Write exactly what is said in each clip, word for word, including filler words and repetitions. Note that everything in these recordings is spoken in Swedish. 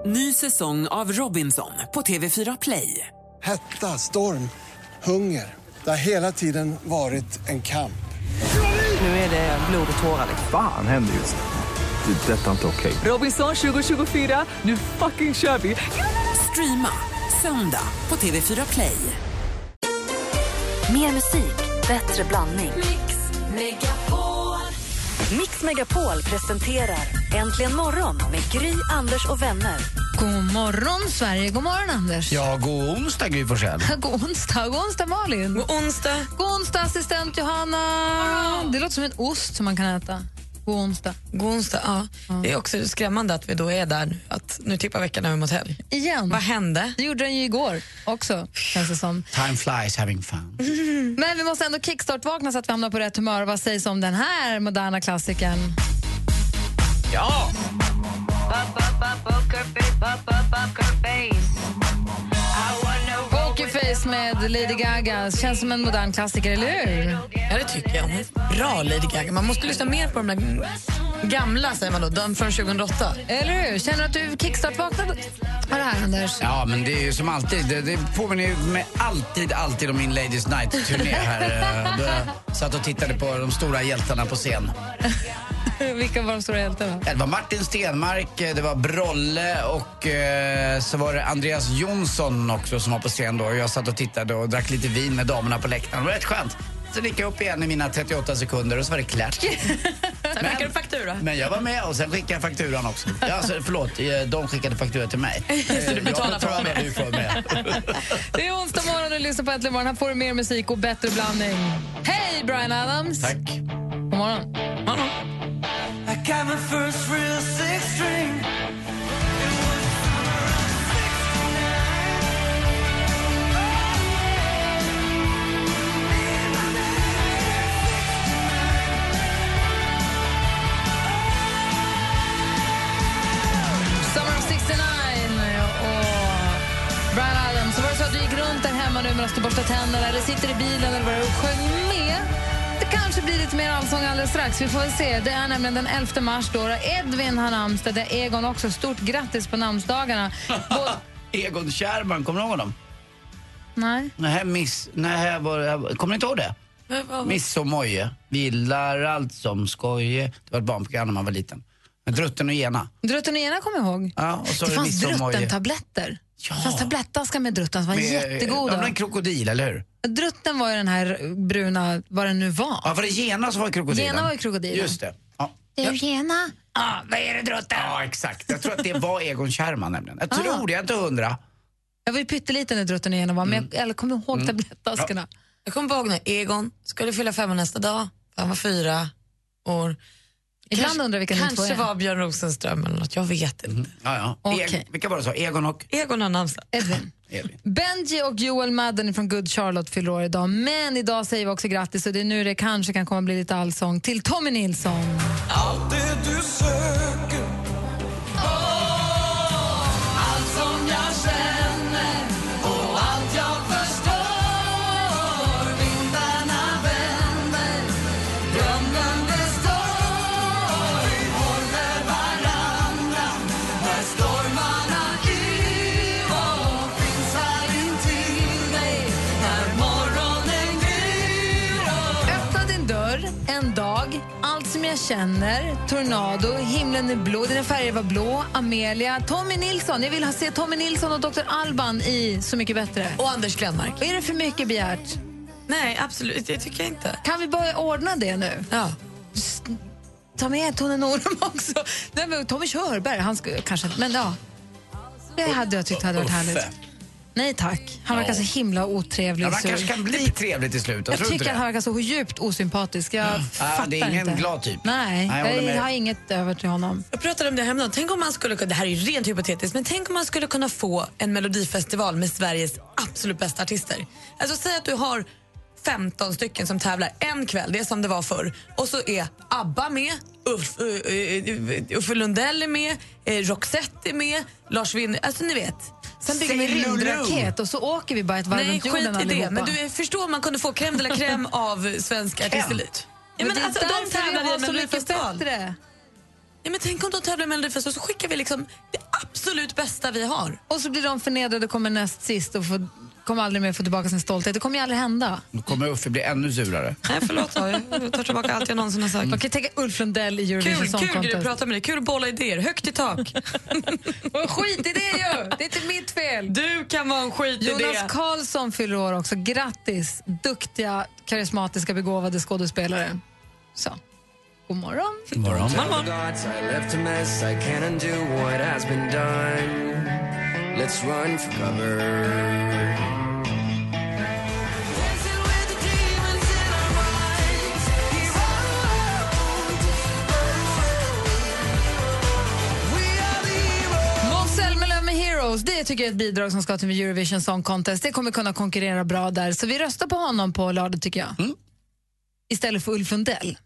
Ny säsong av Robinson på T V fyra Play. Hetta, storm, hunger. Det har hela tiden varit en kamp. Nu är det blod och tårar. Fan händer just det. Det är detta inte okej. Robinson tjugo tjugofyra, nu fucking kör vi. Streama söndag på T V fyra Play. Mer musik, bättre blandning. Mix Megapol. Mix Megapol presenterar Äntligen morgon med Gry, Anders och vänner. God morgon Sverige, god morgon Anders. Ja, god onsdag Gry Forssell. God onsdag, god onsdag Malin. God onsdag. God onsdag assistent Johanna. Det låter som en ost som man kan äta. God onsdag. God onsdag, ja. ja. Det är också skrämmande att vi då är där nu. Att nu tippar veckan över mot helg. Igen. Vad hände? Det gjorde den ju igår också, känns det som. Time flies having fun. Mm. Men vi måste ändå kickstart-vakna så att vi hamnar på rätt humör. Vad sägs om den här moderna klassikern? Ja! Pokerface med Lady Gaga. Känns som en modern klassiker, eller hur? Ja, det tycker jag. Bra Lady Gaga. Man måste lyssna mer på de där gamla, säger man då, de från tjugohundraåtta. Eller hur? Känner du att du kickstart-vaknade av det här, Anders? Ja, men det är ju som alltid. Det, det påminner ju med alltid, alltid om min Ladies Night-turné här. Då jag satt och tittade på de stora hjältarna på scen. Vilka var de stora hjältarna? Det var Martin Stenmark, det var Brolle och eh, så var det Andreas Jonsson också som var på scen då. Jag satt och tittade och drack lite vin med damerna på läktaren. Det var rätt skönt. Så gick jag upp igen i mina trettioåtta sekunder och så var det klart. Sen skickade du faktura. Men jag var med och sen skickade jag fakturan också. Ja, alltså, förlåt, de skickade faktura till mig. Så du betalar för mig. Du får med. Det är onsdag morgon och du lyssnar på Äntligen morgon. Här får du mer musik och bättre blandning. Hej Brian Adams! Tack. God morgon. God morgon. I got my first real six string. Summer of sextionio och Brian Adams. Så var det så att du gick runt där hemma nu medan du borstar tänderna eller sitter i bilen eller vad du sjöng med? Det kanske blir lite mer allsång alldeles strax. Vi får väl se. Det är nämligen den elfte mars då. Edvin har namnsdag. Det är Egon också. Stort grattis på namnsdagarna. Både... Egon Kärman, kommer du ihåg honom? Nej. Nej, miss... Nej, var... Kommer ni inte ihåg det? Miss och Moje. Vi gillar allt som skoje. Det var ett barnprogram när man var liten. Men Drutten och Gena. Drutten och Gena kommer jag ihåg. Ja, och så det det fanns Drutten-tabletter. Ja. Det fanns tablettaskar med Drutten som var med, jättegoda. Det var en krokodil, eller hur? Drutten var ju den här bruna, vad den nu var. Ja, var det Gena som var krokodilen? Gena var ju krokodilen. Just det. Ja. Det är ju Gena. Ja, vad är det Drutten? Ja, exakt. Jag tror att det var Egon Kärman nämligen. Jag tror Ah. det, jag inte hundra. Jag var ju pytteliten när Drutten och Gena var, men Mm. jag, eller kommer ihåg Mm. tablettaskarna. Ja. Jag kommer ihåg när Egon skulle fylla fem nästa dag. Han var fyra år. Ibland Kanske- undrar vilka ni två Kanske är. var Björn Rosenström eller något, jag vet inte. Mm. Ja, ja. Okej. Eg- vilka var det så? Egon och Egon har namnsdag. Edvin. Edvin. Benji och Joel Madden från Good Charlotte fyller år idag. Men idag säger vi också grattis och det är nu det kanske kan komma bli lite allsång till Tommy Nilsson. Allt det du söker. Allt som jag känner och allt jag förstår. Vindarna vänder, drömmen består. Vi håller varandra när stormarna yrar och finns här intill dig när morgonen gryr. Öppna din dörr en dag, allt som jag känner, Tornado, himlen är blå, dina färger var blå, Amelia, Tommy Nilsson. Jag vill ha se Tommy Nilsson och doktor Alban i Så mycket bättre. Och Anders Glenmark. Är det för mycket begärt? Nej, absolut, det tycker jag inte. Kan vi börja ordna det nu? Ja. Ta med Tone Norum också. Nej, men Tommy Körberg, han ska kanske, men ja. Det hade jag tyckt hade varit Uffe. härligt. Nej tack, han verkar så himla otrevlig. Ja, man så... kanske kan bli trevlig till slut. Jag tror tycker inte att han verkar så djupt osympatisk. Jag fattar det är ingen inte. glad typ. Nej, Nej, jag håller jag, med. har inget över till honom. Jag pratade om det hemma. Tänk om man skulle kunna, det här är ju rent hypotetiskt, men tänk om man skulle kunna få en melodifestival med Sveriges absolut bästa artister. Alltså säg att du har femton stycken som tävlar en kväll, det är som det var förr. Och så är ABBA med, Uff, uh, uh, Uffe Lundell är med, uh, Roxette är med, Lars Winner, alltså ni vet. Sen bygger vi rymdraket och så åker vi bara ett varv Nej, runt jorden skit i allihopa. det. Men du förstår, man kunde få crème de la crème av svensk artistelit. Ja, men det är alltså, de därför vi tävlar har i Så mycket Melodifestival. bättre. Ja, men tänk om de tävlar i Melodifest och så skickar vi liksom det absolut bästa vi har. Och så blir de förnedrade och kommer näst sist och får, kommer aldrig mer få tillbaka sin stolthet. Det kommer ju aldrig hända. Då kommer Uffe bli ännu surare. Nej, förlåt. Jag tar tillbaka allt jag någonsin har sagt. Man kan tänka Ulf Lundell i Eurovision Kul, Song kul Contest. grej att prata med dig. Kul att bolla idéer. Högt i tak. Och skit i det ju! Det är inte mitt fel. Du kan vara en skit i det. Jonas Karlsson fyller år också. Grattis, duktiga, karismatiska, begåvade skådespelare. Så, god morgon. God morgon. God morgon. Let's run for cover. Det tycker jag är ett bidrag som ska till Eurovision Song Contest. Det kommer kunna konkurrera bra där. Så vi röstar på honom på lördag tycker jag. Mm. Istället för Ulf Lundell.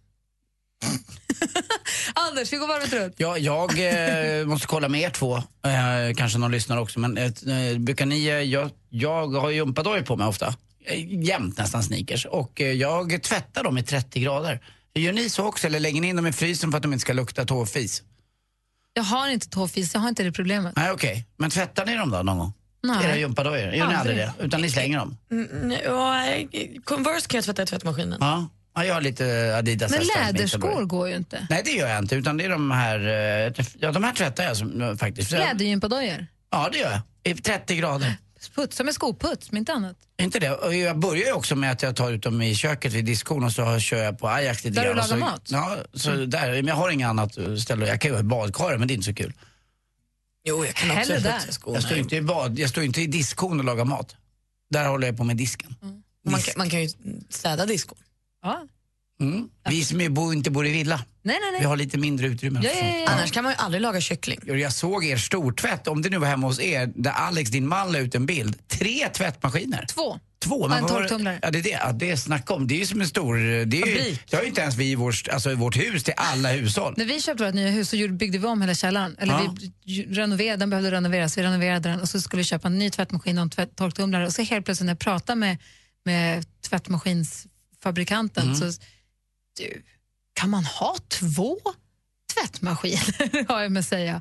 Anders, vi går varvet runt. Ja, jag eh, måste kolla med er två. Eh, kanske någon lyssnar också. Men eh, brukar ni... Eh, jag, jag har gympadojor på mig ofta. Eh, jämt nästan sneakers. Och eh, jag tvättar dem i trettio grader. Gör ni så också? Eller lägger ni in dem i frysen för att de inte ska lukta tåfis? Jag har inte tåfis, jag har inte det problemet. Nej, okej. Okay. Men tvättar ni dem då någon gång? Nej. Era gympadojor? Gör ni aldrig det? Utan ni slänger dem? Mm, ja, Converse kan jag tvätta i tvättmaskinen. Ja. Ja, jag har lite Adidas. Men läderskor går ju inte. Nej, det gör jag inte. Utan det är de här... Ja, de här tvättar jag som, faktiskt. Lädergympadojor? Ja, det gör jag. I trettio grader. Putsa med skoputs, men inte annat. Inte det. Och jag börjar ju också med att jag tar ut dem i köket vid diskon och så kör jag på Ajax lite där grann. Där du lagar så, mat? Ja, så mm. där. Men jag har inga annat ställe. Jag kan ju ha badkar, men det är inte så kul. Jo, jag kan också där. Jag står inte i bad, jag står inte i diskon och lagar mat. Där håller jag på med disken. Mm. Man, kan, man kan ju städa diskon. Ja. Mm. Vi som är bo, inte bor i villa. Nej, nej, nej. Vi har lite mindre utrymme. Ja, ja, ja. Annars kan man ju aldrig laga kyckling. Jag såg er stortvätt, om det nu var hemma hos er, där Alex, din man, la ut en bild. Tre tvättmaskiner. Två. Två, men en torktumlare. Ja, det är det. Ja, det är snack om. Det är ju som en stor... Det är ju, det har ju inte ens vi i vårt, alltså, i vårt hus till alla hushåll. När vi köpte vårt nya hus så byggde vi om hela källaren. Eller ja. vi renoverade, den behövde renoveras. Vi renoverade den och så skulle vi köpa en ny tvättmaskin och en tvätt, torktumlare. Och så helt plötsligt när jag pratade med, med tvättmaskinsfabrikanten mm. så... Du, kan man ha två tvättmaskiner? Har jag med att säga.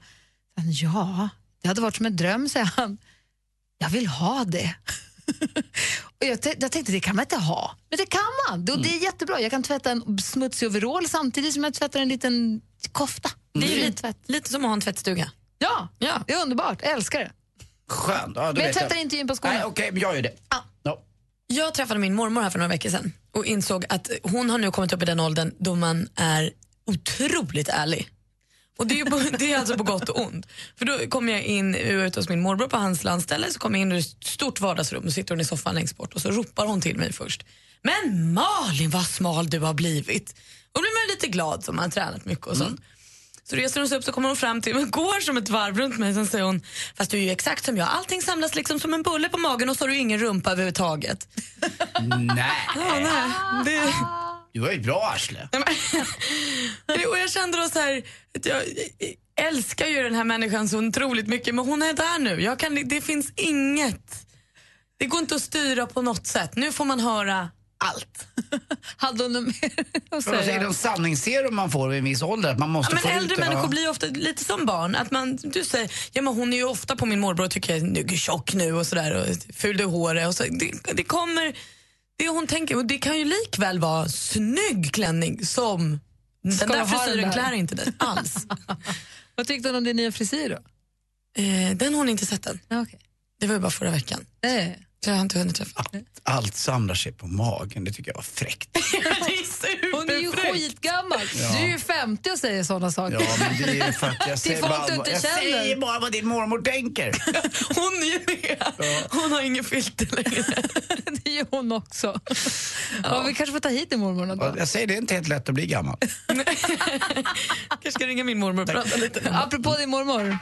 Ja, det hade varit som en dröm, säger han. Jag vill ha det. Och jag, t- jag tänkte, det kan man inte ha. Men det kan man. Det, det är jättebra. Jag kan tvätta en smutsig overall samtidigt som jag tvättar en liten kofta. Det är ju lite, lite som att ha en tvättstuga. Ja, ja, det är underbart. Jag älskar det. Skönt. Ja, men jag tvättar jag. inte in på skolan. Nej, okej, okay, men jag gör det. Ah. No. Jag träffade min mormor här för några veckor sedan och insåg att hon har nu kommit upp i den åldern då man är otroligt ärlig. Och det är, ju på, det är alltså på gott och ont. För då kommer jag in ut hos min morbror på hans landställe, så kommer jag in i ett stort vardagsrum och sitter hon i soffan längst bort och så ropar hon till mig först. Men Malin, vad smal du har blivit. Och blir man lite glad som man har tränat mycket och sånt. Mm. Så reser hon sig upp, så kommer hon fram till mig och går som ett varv runt mig. Sen säger hon, fast du är ju exakt som jag. Allting samlas liksom som en bulle på magen och så har du ingen rumpa överhuvudtaget. Nej. Ja, nej. Det... Du var ju bra, arsle. Och jag kände då så här, att jag älskar ju den här människan så otroligt mycket, men hon är där nu. Jag kan, det finns inget. Det går inte att styra på något sätt. Nu får man höra allt. Hade hon mer att säga? Är det en sanningsserum man får vid en viss ålder? Att man måste ja, men få äldre ut, människor ja. blir ofta lite som barn. Att man, du säger, ja men hon är ju ofta på min morbror och tycker jag är tjock nu och sådär. Och ful i håret. Och så, det, det kommer... Det hon tänker, och det kan ju likväl vara snygg klänning som... Ska den där frisyren klär inte det alls. Vad tyckte hon om din nya frisyr då? Eh, den har hon inte sett än. Okay. Det var ju bara förra veckan. Eh. Så jag har inte hunnit träffa. Allt, allt samlar sig på magen, det tycker jag var fräckt. Det är hon är ju skitgammal. Ja. Du är ju femtio och säger sådana saker. Ja, men det är för att jag säger, bara, jag säger bara vad din mormor tänker. Hon är ju det. Ja. Hon har ingen filter längre. Det gör hon också. Ja. Ja, vi kanske får ta hit din mormor då. Ja, jag säger, det är inte helt lätt att bli gammal. Kanske ska ringa min mormor och prata lite. Apropå din mormor.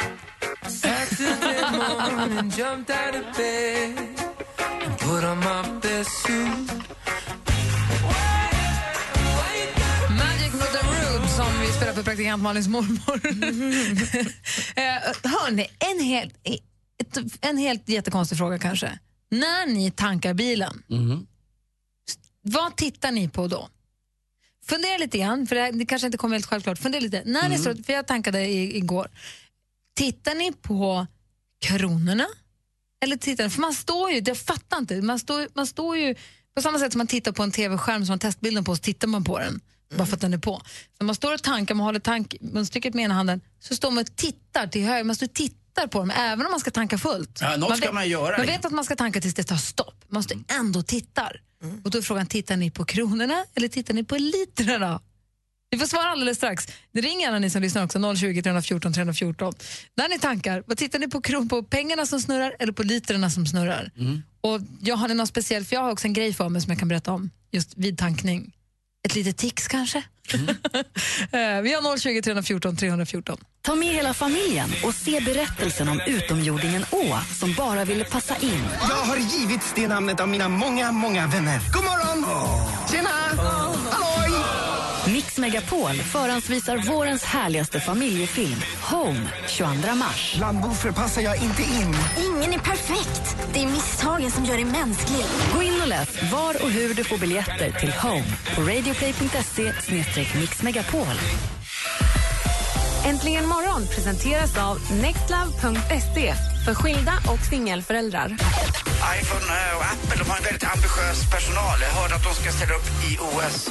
Magic with the Rude som vi spelar för praktikant Malins mormor. uh, hörni, en helt, en helt jättekonstig fråga kanske. När ni tankar bilen, mm. vad tittar ni på då? fundera lite grann, för det, det kanske inte kommer helt självklart. Fundera lite. När mm. ni står, för jag tankade i, igår. Tittar ni på kronorna? Eller tittar ni? För man står ju, jag fattar inte, man står, man står ju på samma sätt som man tittar på en tv-skärm som man testbilden på, så tittar man på den. Mm. Bara för att den är på. Så man står och tankar, man håller tank, man stycket med ena handen, så står man och tittar till höger, man står och tittar på dem, även om man ska tanka fullt. Ja, något man ska vet, man göra. Man vet att man ska tanka tills det tar stopp. Man måste ändå tittar. Mm. Och då är frågan, tittar ni på kronorna eller tittar ni på literna? Vi får svara alldeles strax. Det ringer gärna ni som lyssnar också, noll tjugo, tre fjorton, tre fjorton. När ni tankar, vad tittar ni på, kron, på pengarna som snurrar eller på literna som snurrar? Mm. Och jag har något speciellt, för jag har också en grej för mig som jag kan berätta om just vid tankning. Ett litet tics kanske? Mm. Vi har noll tjugo, tre fjorton, tre fjorton. Ta med hela familjen och se berättelsen om utomjordingen Å som bara ville passa in. Jag har givits det namnet av mina många, många vänner. God morgon! Oh. Tjena! Oh. Halloj! Mix Megapol förhandsvisar vårens härligaste familjefilm Home tjugoandra mars. Bland boffer passar jag inte in. Ingen är perfekt. Det är misstagen som gör dig mänsklig. Gå in och läs var och hur du får biljetter till Home på radioplay punkt se slash mixmegapol. Äntligen morgon presenteras av nextlove punkt se för skilda och singelföräldrar. iPhone och Apple, de har en väldigt ambitiös personal. Jag hörde att de ska ställa upp i O S.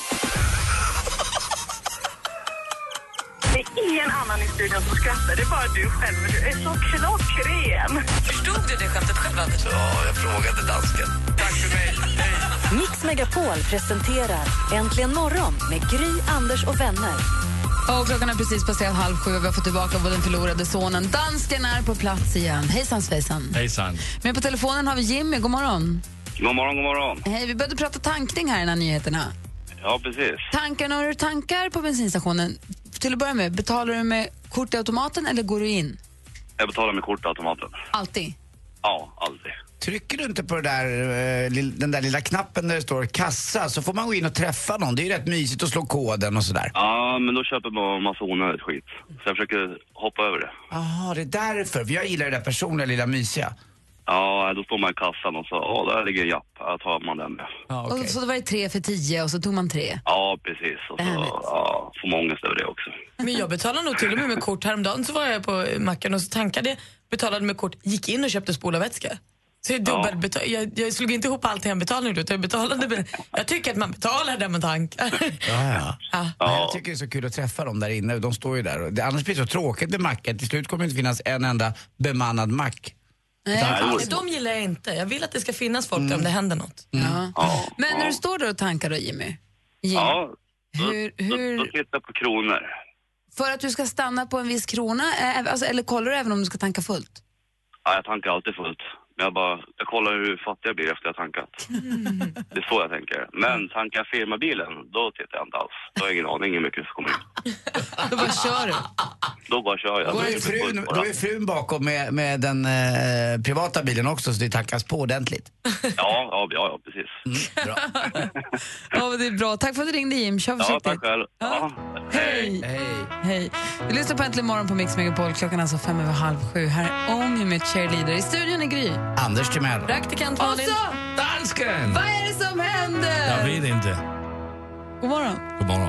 Det är ingen annan i studion som skrattar, det är bara du själv. Du är så klockren. Förstod du det skämtet själv, Anders? Ja, jag frågade dansken. Tack för mig. Hej. Mix Megapol presenterar Äntligen morgon med Gry, Anders och vänner. Och klockan är precis passerat halv sju och vi har fått tillbaka vår den förlorade sonen. Dansken är på plats igen. Hejsan svejsan. Hejsan. Men på telefonen har vi Jimmy. God morgon. God morgon, god morgon. Hej, vi började prata tankning här innan nyheterna. Ja, precis. Tankar när du tankar på bensinstationen. Till att börja med, betalar du med kort i automaten eller går du in? Jag betalar med kort i automaten. Alltid? Ja, alltid. Trycker du inte på det där, den där lilla knappen där det står kassa, så får man gå in och träffa någon. Det är ju rätt mysigt att slå koden och sådär. Ja, men då köper man massa onödigt skit. Så jag försöker hoppa över det. Jaha, det är därför. För jag gillar det där personliga lilla mysiga. Ja, då står man i kassan och så, ja, där ligger en japp. Här tar man den. Ja, okay. Och så var det tre för tio och så tog man tre. Ja, precis. Och så ja, får man ångest över det också. Men jag betalar nog till och med med kort. Häromdagen så var jag på macken och så tankade, betalade med kort, gick in och köpte spolarvätska. Så jag, dubbel ja. betal- jag, jag slog inte ihop allt i en betalning utan jag betalade. Jag tycker att man betalar där man tankar. Ja, ja. Ja. Ja. Jag tycker det är så kul att träffa dem där inne. De står ju där. Det, annars blir det så tråkigt med macken. Till slut kommer det inte finnas en enda bemannad mack. Nej, alltså, de gillar jag inte. Jag vill att det ska finnas folk mm. om det händer något. Mm. Ja. Ja. Men när du står där och tankar då, Jimmy? Jimmy ja, då, hur, hur... då, då tittar jag på kronor. För att du ska stanna på en viss krona? Alltså, eller kollar du även om du ska tanka fullt? Ja, jag tankar alltid fullt. Men jag bara, jag kollar hur fattig jag blir efter jag tankat. Mm. Det är så jag tänker. Men tankar jag firmabilen, då tittar jag inte alls. Då har jag ingen aning hur mycket som kommer ut. Då bara kör du? Då bara kör jag. Då är frun, då är frun bakom med, med den eh, privata bilen också, så det tankas på ordentligt. Ja, ja, ja, ja precis. Mm, bra. Ja, det är bra. Tack för att du ringde, Jim. Kör försiktigt. Ja, tack själv. Ja. Hej. Hej. Hej. Du lyssnar på Äntligen morgon på Mix Megapol. Klockan är alltså fem över halv sju. Här är Ånge med Cheerleader. I studion är Gry. Anders Timell. Praktikant Malin. Och så dansken. Vad är det som händer? Jag vet inte. God morgon. God morgon.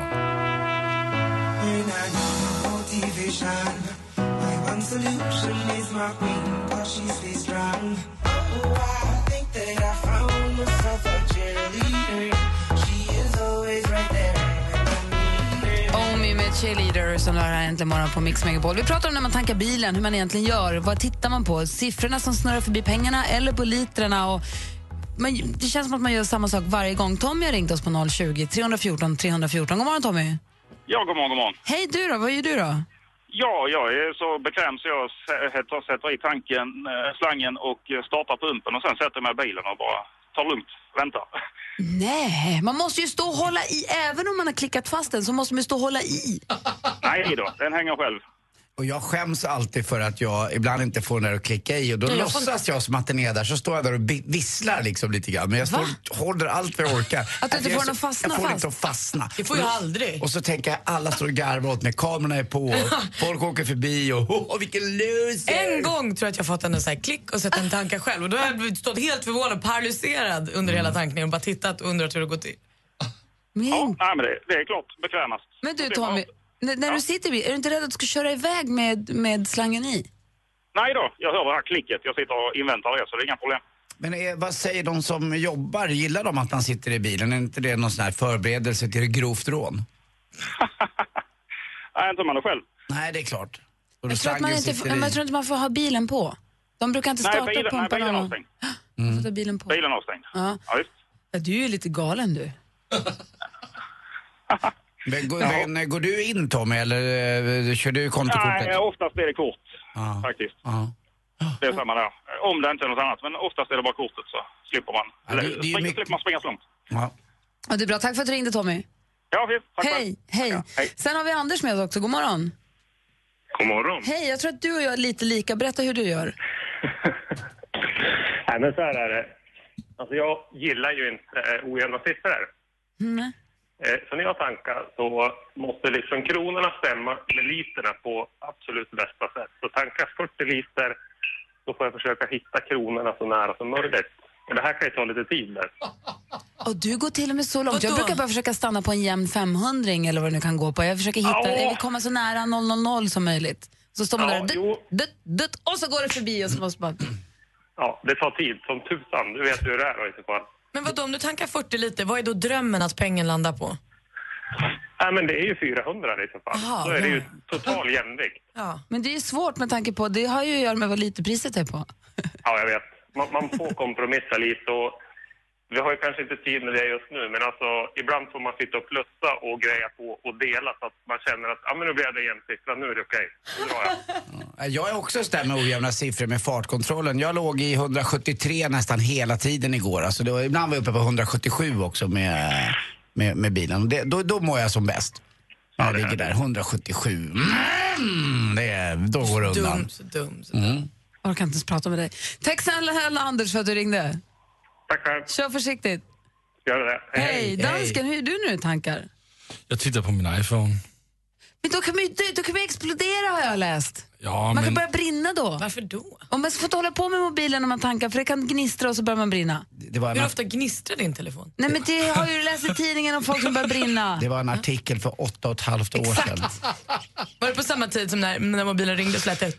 Omi med Cheerleader som är här äntligen morgon på Mix Megapol. Vi pratar om när man tankar bilen, hur man egentligen gör. Vad tittar man på? Siffrorna som snurrar förbi pengarna eller på litrarna? Och man, det känns som att man gör samma sak varje gång. Tommy har ringt oss på noll tjugo, tre fjorton, tre fjorton. God morgon, Tommy. Ja, god morgon, god morgon. Hej du då, vad gör du då? Ja, jag är så bekväm så jag sätter i tanken, slangen och startar pumpen och sen sätter jag mig i bilen och bara tar lugnt, väntar. Nej, man måste ju stå och hålla i, även om man har klickat fast den så måste man ju stå och hålla i. Nej då, den hänger själv. Och jag skäms alltid för att jag ibland inte får den där att klicka i. Och då jag låtsas får... jag som att den är där. Så står jag där och visslar liksom lite grann. Men jag står, håller allt vad jag orkar. Att du inte får den att fastna Jag får fast. inte att fastna. Det får jag aldrig. Och så tänker jag, alla står och garvar åt mig. Kamerorna är på. Folk åker förbi och oh, vilken loser. En gång tror jag att jag fått en så här klick och sett en tanka själv. Och då har jag stått helt förvånad, paralyserad under mm. hela tankningen och bara tittat och undrat hur det går till. Men... Ja, nej, men det, det är klart bekvämast. Men du Tommy, när, när ja. du sitter i bil, är du inte rädd att du ska köra iväg med, med slangen i? Nej då, jag hör det här klicket. Jag sitter och inväntar det, så det är inga problem. Men är, vad säger de som jobbar? Gillar de att man sitter i bilen? Är inte det någon sån här förberedelse till grovt rån? Nej, inte man är själv. Nej, det är klart. Och jag, tror att man inte, jag tror inte man får ha bilen på. De brukar inte starta nej, bilen, pumparna. Nej, bilen är avstängd. Mm. Får ta bilen på. Bilen är avstängd. Ja. Ja, visst. Ja, du är ju lite galen du. men, går, ja. men, går du in Tommy eller uh, kör du kontokortet? Nej, oftast är det kort. Ah. Faktiskt. Ah. Det är samma där. Om det inte är något annat, men oftast är det bara kortet så slipper man. Ja, det, det Spring, mycket... slipper man springa så långt. Ja. Ja, det är bra. Tack för att du ringde Tommy. Ja, fint. Tack. Hej, hej. Ja, hej. Sen har vi Anders med oss också. God morgon. God morgon. Hej, jag tror att du och jag är lite lika. Berätta hur du gör. Nej, men så här är det. Alltså jag gillar ju inte äh, ojämna siffror. Mm. Eh, så när jag tankar så måste liksom kronorna stämma med literna på absolut bästa sätt. Så tankar fyrtio liter, då får jag försöka hitta kronorna så nära som möjligt. Och det här kan ju ta lite tid där. Och du går till och med så långt. Jag brukar bara försöka stanna på en jämn femhundring eller vad det nu kan gå på. Jag försöker hitta, ja. jag vill komma så nära noll noll noll som möjligt. Så står man ja, där, dutt, dutt, dutt, och så går det förbi och så måste man... Ja, det tar tid som tusan. Du vet hur det är då i så fall. Men vad då, om du tankar fyrtio liter, vad är då drömmen att pengen landar på? Nej, men det är ju fyrahundra i så fall. Aha, så är det ja. ju total jämvikt. Ja. Men det är ju svårt med tanke på, det har ju att göra med vad literpriset är på. Ja, jag vet. Man, man får kompromissa lite och vi har ju kanske inte tid med det just nu, men alltså ibland får man sitta och plussa och greja på och dela så att man känner att ja, men nu blev det en siffra, nu är det okej. Okay. Jag är också stämd med ojämna siffror med fartkontrollen. Jag låg i hundrasjuttiotre nästan hela tiden igår. Alltså det var, ibland var jag uppe på hundrasjuttiosju också med, med, med bilen. Det, då, då mår jag som bäst. Ja, jag ligger där, hundrasjuttiosju. Mm, det, då går det undan. Dum, så dum, så dum. Mm. Jag kan inte ens prata med dig. Tack snälla Anders för att du ringde. Tack själv. Kör försiktigt. Gör det. Hej, hey, dansken, hur är du nu tankar? Jag tittar på min iPhone. Men då kan man ju då kan man explodera har jag läst. Ja, man men... kan börja brinna då. Varför då? Om man får inte hålla på med mobilen när man tankar, för det kan gnistra och så börjar man brinna. Det var en Hur art... ofta gnistrar din telefon? Nej, men det har ju läst i tidningen om folk som börjar brinna. Det var en artikel för åtta och ett halvt år sedan. Var det på samma tid som när, när mobilen ringde och släppte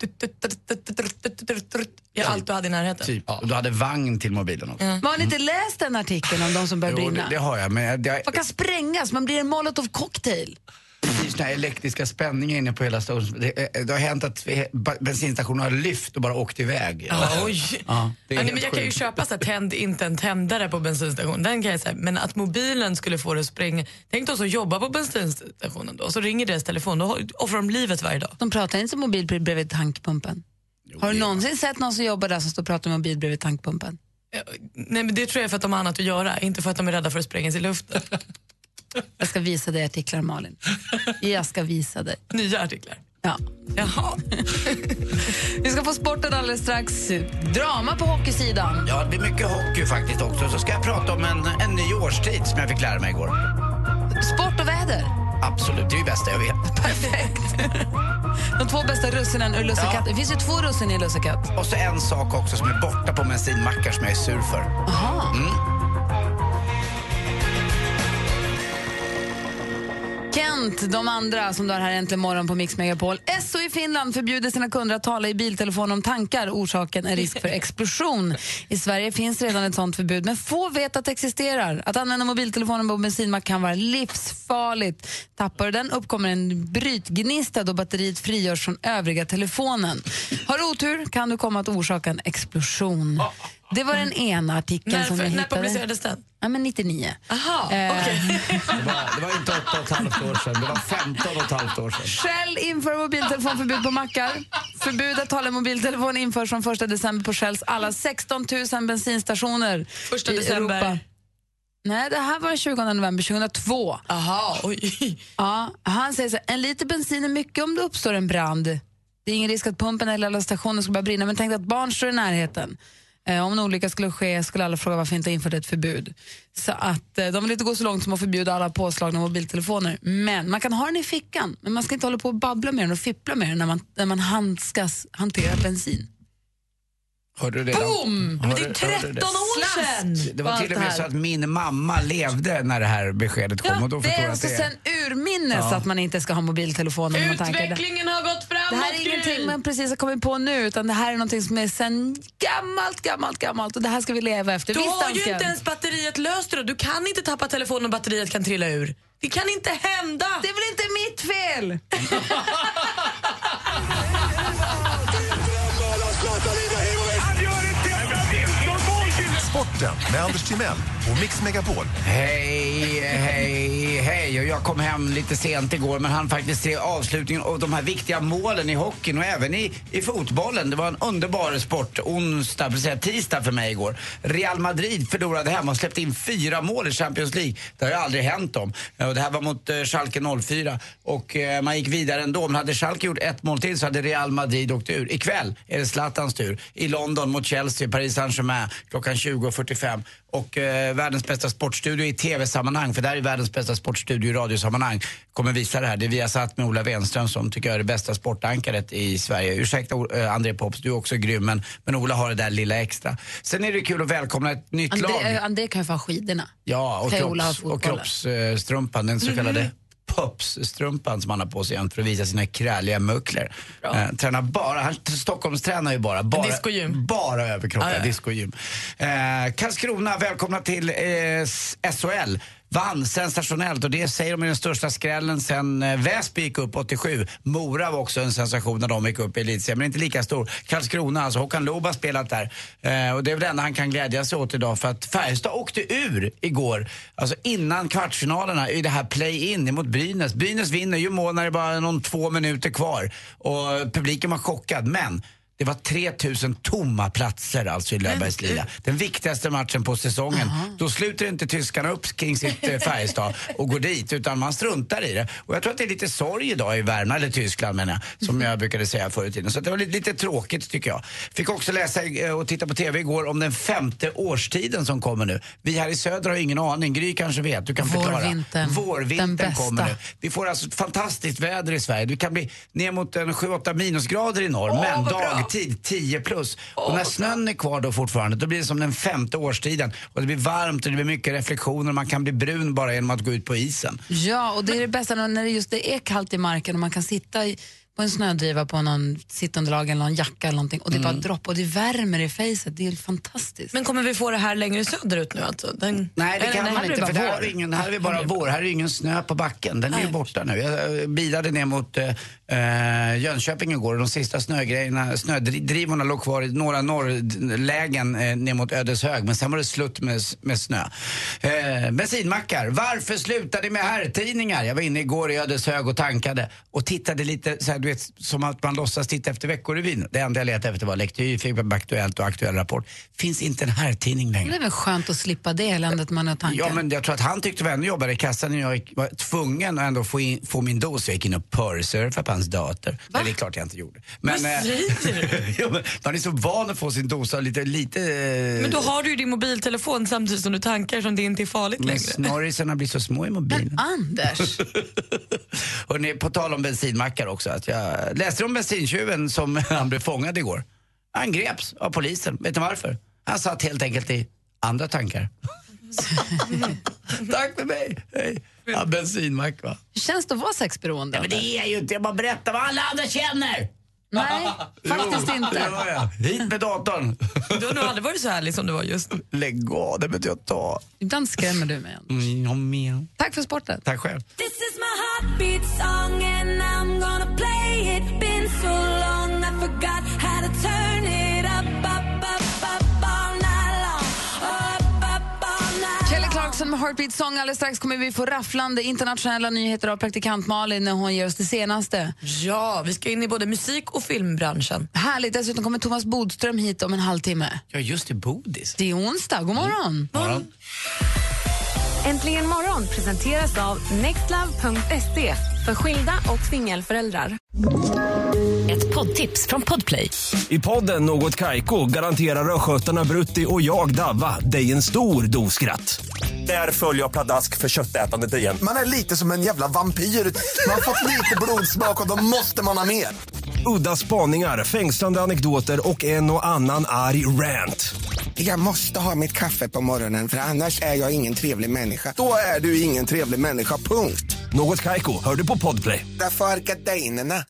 ja, allt du hade i närheten? Typ. Och du hade vagn till mobilen också. Mm. Har ni inte läst den artikeln om de som börjar jo, brinna? Det, det har jag. Men det, man kan sprängas, man blir en molotov cocktail. Precis, den här elektriska spänningen inne på hela stationen. Det, det har hänt att bensinstationen har lyft och bara åkt iväg. Oh, oj. Ja, det är ja, helt men jag kan ju köpa så här, tänd inte en tändare på bensinstationen. Den kan jag säga. Men att mobilen skulle få det att springa. Tänk då så jobba på bensinstationen då. Så ringer deras telefon. Då offrar de livet varje dag. De pratar inte som mobil bredvid tankpumpen. Jo, har du någonsin sett någon som jobbar där som står och pratar med mobil bredvid tankpumpen? Ja, nej, men det tror jag för att de har annat att göra. Inte för att de är rädda för att sprängas i luften. Jag ska visa dig artiklar, Malin. Jag ska visa dig. Nya artiklar? Ja. Jaha. Vi ska få sporten alldeles strax. Drama på hockeysidan. Ja, det blir mycket hockey faktiskt också. Så ska jag prata om en, en ny årstid som jag fick lära mig igår. Sport och väder? Absolut, det är det bästa jag vet. Perfekt. De två bästa russinen ur lussekatt. Ja. Det finns ju två russin i lussekatt. Och så en sak också som är borta på bensinmackar som jag är sur för. Aha. Mm. Kent, de andra som du har här äntligen morgon på Mix Megapol. S O i Finland förbjuder sina kunder att tala i biltelefon om tankar. Orsaken är risk för explosion. I Sverige finns redan ett sånt förbud, men få vet att det existerar. Att använda mobiltelefonen på bensinmack kan vara livsfarligt. Tappar du den uppkommer en brytgnista då batteriet frigörs från övriga telefonen. Har du otur kan du komma att orsaka en explosion. Det var den ena artikeln när, som för, jag när hittade. När publicerades den? Ja, men nittionio. Aha, eh. okej. Okay. det, var, det var inte åtta och ett halvt år sedan, det var femton och ett halvt år sedan. Shell inför mobiltelefonförbud på mackar. Förbud att tala i mobiltelefon införs från första december på Shells alla sexton tusen bensinstationer första i december. Europa. Nej, det här var tjugonde november tjugohundratvå. Aha, oj. Ja, han säger så här, en liter bensin är mycket om det uppstår en brand. Det är ingen risk att pumpen eller alla stationer ska börja brinna, men tänk att barn står i närheten. Eh, om en olycka skulle ske skulle alla fråga varför inte infört ett förbud. Så att eh, de vill inte gå så långt som att förbjuda alla påslagna mobiltelefoner. Men man kan ha den i fickan, men man ska inte hålla på och babbla med den och fippla med den när man, när man handskas hantera bensin. Hörde du det? Boom! Men det är tretton det? år sedan. Det var till och med så att min mamma levde när det här beskedet kom. Ja, och då det är att alltså det är... sen urminnes Ja. att man inte ska ha mobiltelefoner. när man tankar. Utvecklingen har gått framåt. Det här är ingenting man precis har kommit på nu, utan det här är någonting som är sen gammalt, gammalt, gammalt, och det här ska vi leva efter. Du Visst, har ju dansken? inte ens batteriet löst då. Du kan inte tappa telefonen och batteriet kan trilla ur. Det kan inte hända. Det är väl inte mitt fel? Sporten med Anders Timell och Mix Megapol. Hej, hej, hej. Och jag kom hem lite sent igår, men han faktiskt se avslutningen och de här viktiga målen i hockeyn och även i, i fotbollen. Det var en underbar sport. Onsdag, precis tisdag för mig igår. Real Madrid förlorade hemma och släppte in fyra mål i Champions League. Det har ju aldrig hänt dem. Och det här var mot uh, Schalke noll fyra. Och uh, man gick vidare ändå. Men hade Schalke gjort ett mål till så hade Real Madrid åkt ur. Ikväll är det Zlatans tur. I London mot Chelsea, Paris Saint-Germain klockan tjugo fyrtiofem. Och eh, världens bästa sportstudio i tv-sammanhang, för det här är världens bästa sportstudio i radiosammanhang, kommer visa det här. Det vi har satt med Ola Wenström som tycker jag är det bästa sportankaret i Sverige. Ursäkta eh, André Pops, du är också grym, men, men Ola har det där lilla extra. Sen är det kul att välkomna ett nytt André, lag. André kan ju få skidorna. Ja, och, Kan Ola ha kropps, och fotbollen? kroppsstrumpan, den så kallade mm. Pops-strumpan som han har på sig för att visa sina kräliga muckler. Eh, tränar bara, han, Stockholms tränar ju bara, bara, bara överkroppar, ah, ja. discogym. Eh, Karlskrona, välkomna till eh, S H L. Vann sensationellt och det säger de är den största skrällen sen eh, Väsby gick upp åttiosju. Mora var också en sensation när de gick upp i elitserien, men inte lika stor. Karlskrona, alltså Håkan Loob har spelat där. Eh, och det är väl det enda han kan glädja sig åt idag, för att Färjestad åkte ur igår. Alltså innan kvartsfinalerna i det här play-in mot Brynäs. Brynäs vinner ju mål när det bara är någon två minuter kvar. Och publiken var chockad, men det var tre tusen tomma platser alltså i Löfbergslida. Den viktigaste matchen på säsongen. Uh-huh. Då sluter inte tyskarna upp kring sitt eh, Färjestad och går dit, utan man struntar i det. Och jag tror att det är lite sorg idag i Värmland, eller Tyskland menar jag, som jag brukade säga förr i tiden. Så det var lite, lite tråkigt tycker jag. Fick också läsa eh, och titta på tv igår om den femte årstiden som kommer nu. Vi här i söder har ingen aning. Gry kanske vet, du kan förklara. Vårvintern. Vårvintern kommer nu. Vi får alltså ett fantastiskt väder i Sverige. Du kan bli ner mot en sju åtta minusgrader i norr, oh, men dag tid tio plus. Oh, och när snön är kvar då fortfarande, då blir det som den femte årstiden. Och det blir varmt och det blir mycket reflektioner. Man kan bli brun bara genom att gå ut på isen. Ja, och det är det bästa när det just det är kallt i marken och man kan sitta i, på en snödriva på någon sittunderlag eller någon jacka eller någonting och det mm. bara droppar och det värmer i fejset. Det är fantastiskt. Men kommer vi få det här längre söderut nu alltså? Den, Nej, det kan den, man inte, för här är, ingen, här är vi bara vår. Här är ingen snö på backen. Den är ju borta nu. Jag bilade ner mot äh, Jönköping igår och de sista snögrejerna, snödrivorna låg kvar i några norrlägen äh, ner mot Ödeshög, men sen var det slut med, med snö. Äh, bensinmackar. Varför slutade med herrtidningar? Jag var inne igår i Ödeshög och tankade och tittade lite så här, du vet, som att man låtsas titta efter Veckorevyn. Det enda jag letade efter var Lektyr, fick Aktuellt och Aktuell Rapport. Finns inte en här tidning längre. Det är väl skönt att slippa det eländet man har tankar. Ja, men jag tror att han tyckte väl ändå jobbade i kassan när jag var tvungen att ändå få, in, få min dos. Jag gick in och pörsurfade på hans dator. Va? Det är klart jag inte gjorde. Men, Vad säger du? ja, men man är så van att få sin dosa lite, lite... Men då har du ju din mobiltelefon samtidigt som du tankar, som det inte är farligt men längre. snorrisarna blir så små i mobilen. Men Anders! Hörrni, på tal om bensinmackar också, att jag läste om bensintjuven som han blev fångad igår. Han greps av polisen. Vet ni varför? Han satt helt enkelt i andra tankar. Tack för mig. Hej. Ja, bensinmack, va? Hur känns det att vara sexberoende? Ja, men det är ju inte, jag bara berättar vad alla andra känner. Nej, faktiskt jo, inte. Ja, ja. Hit med datorn. Du har nog aldrig varit så härlig som du var just. Lägg av, det behöver jag ta. Ibland skrämmer du mig. Mm, ja, tack för sporten. Tack själv. This is my heartbeat song and I'm gonna play it. Been so long I forgot how to turn it up, up, up, up all night long. Up, up all night. Kelly Clarkson med Heartbeat Song. Alldeles strax kommer vi få rafflande internationella nyheter av praktikant Malin när hon ger oss det senaste. Ja, vi ska in i både musik- och filmbranschen. Härligt. Dessutom kommer Thomas Bodström hit om en halvtimme. Ja, just det, Bodis. Det är onsdag. God morgon. Mm. morgon. Äntligen morgon presenteras av nextlove punkt se för skilda och singelföräldrar. Ett poddtips från Podplay. I podden Något Kaiko garanterar röskötarna Brutti och jag Davva dig en stor doskratt. Där följer jag pladask för köttätandet igen. Man är lite som en jävla vampyr. Man har fått lite blodsmak och då måste man ha mer. Udda spaningar, fängslande anekdoter och en och annan arg rant. Jag måste ha mitt kaffe på morgonen, för annars är jag ingen trevlig människa. Då är du ingen trevlig människa, punkt. Något Kaiko, hör du på Podplay. Därför är gardinerna.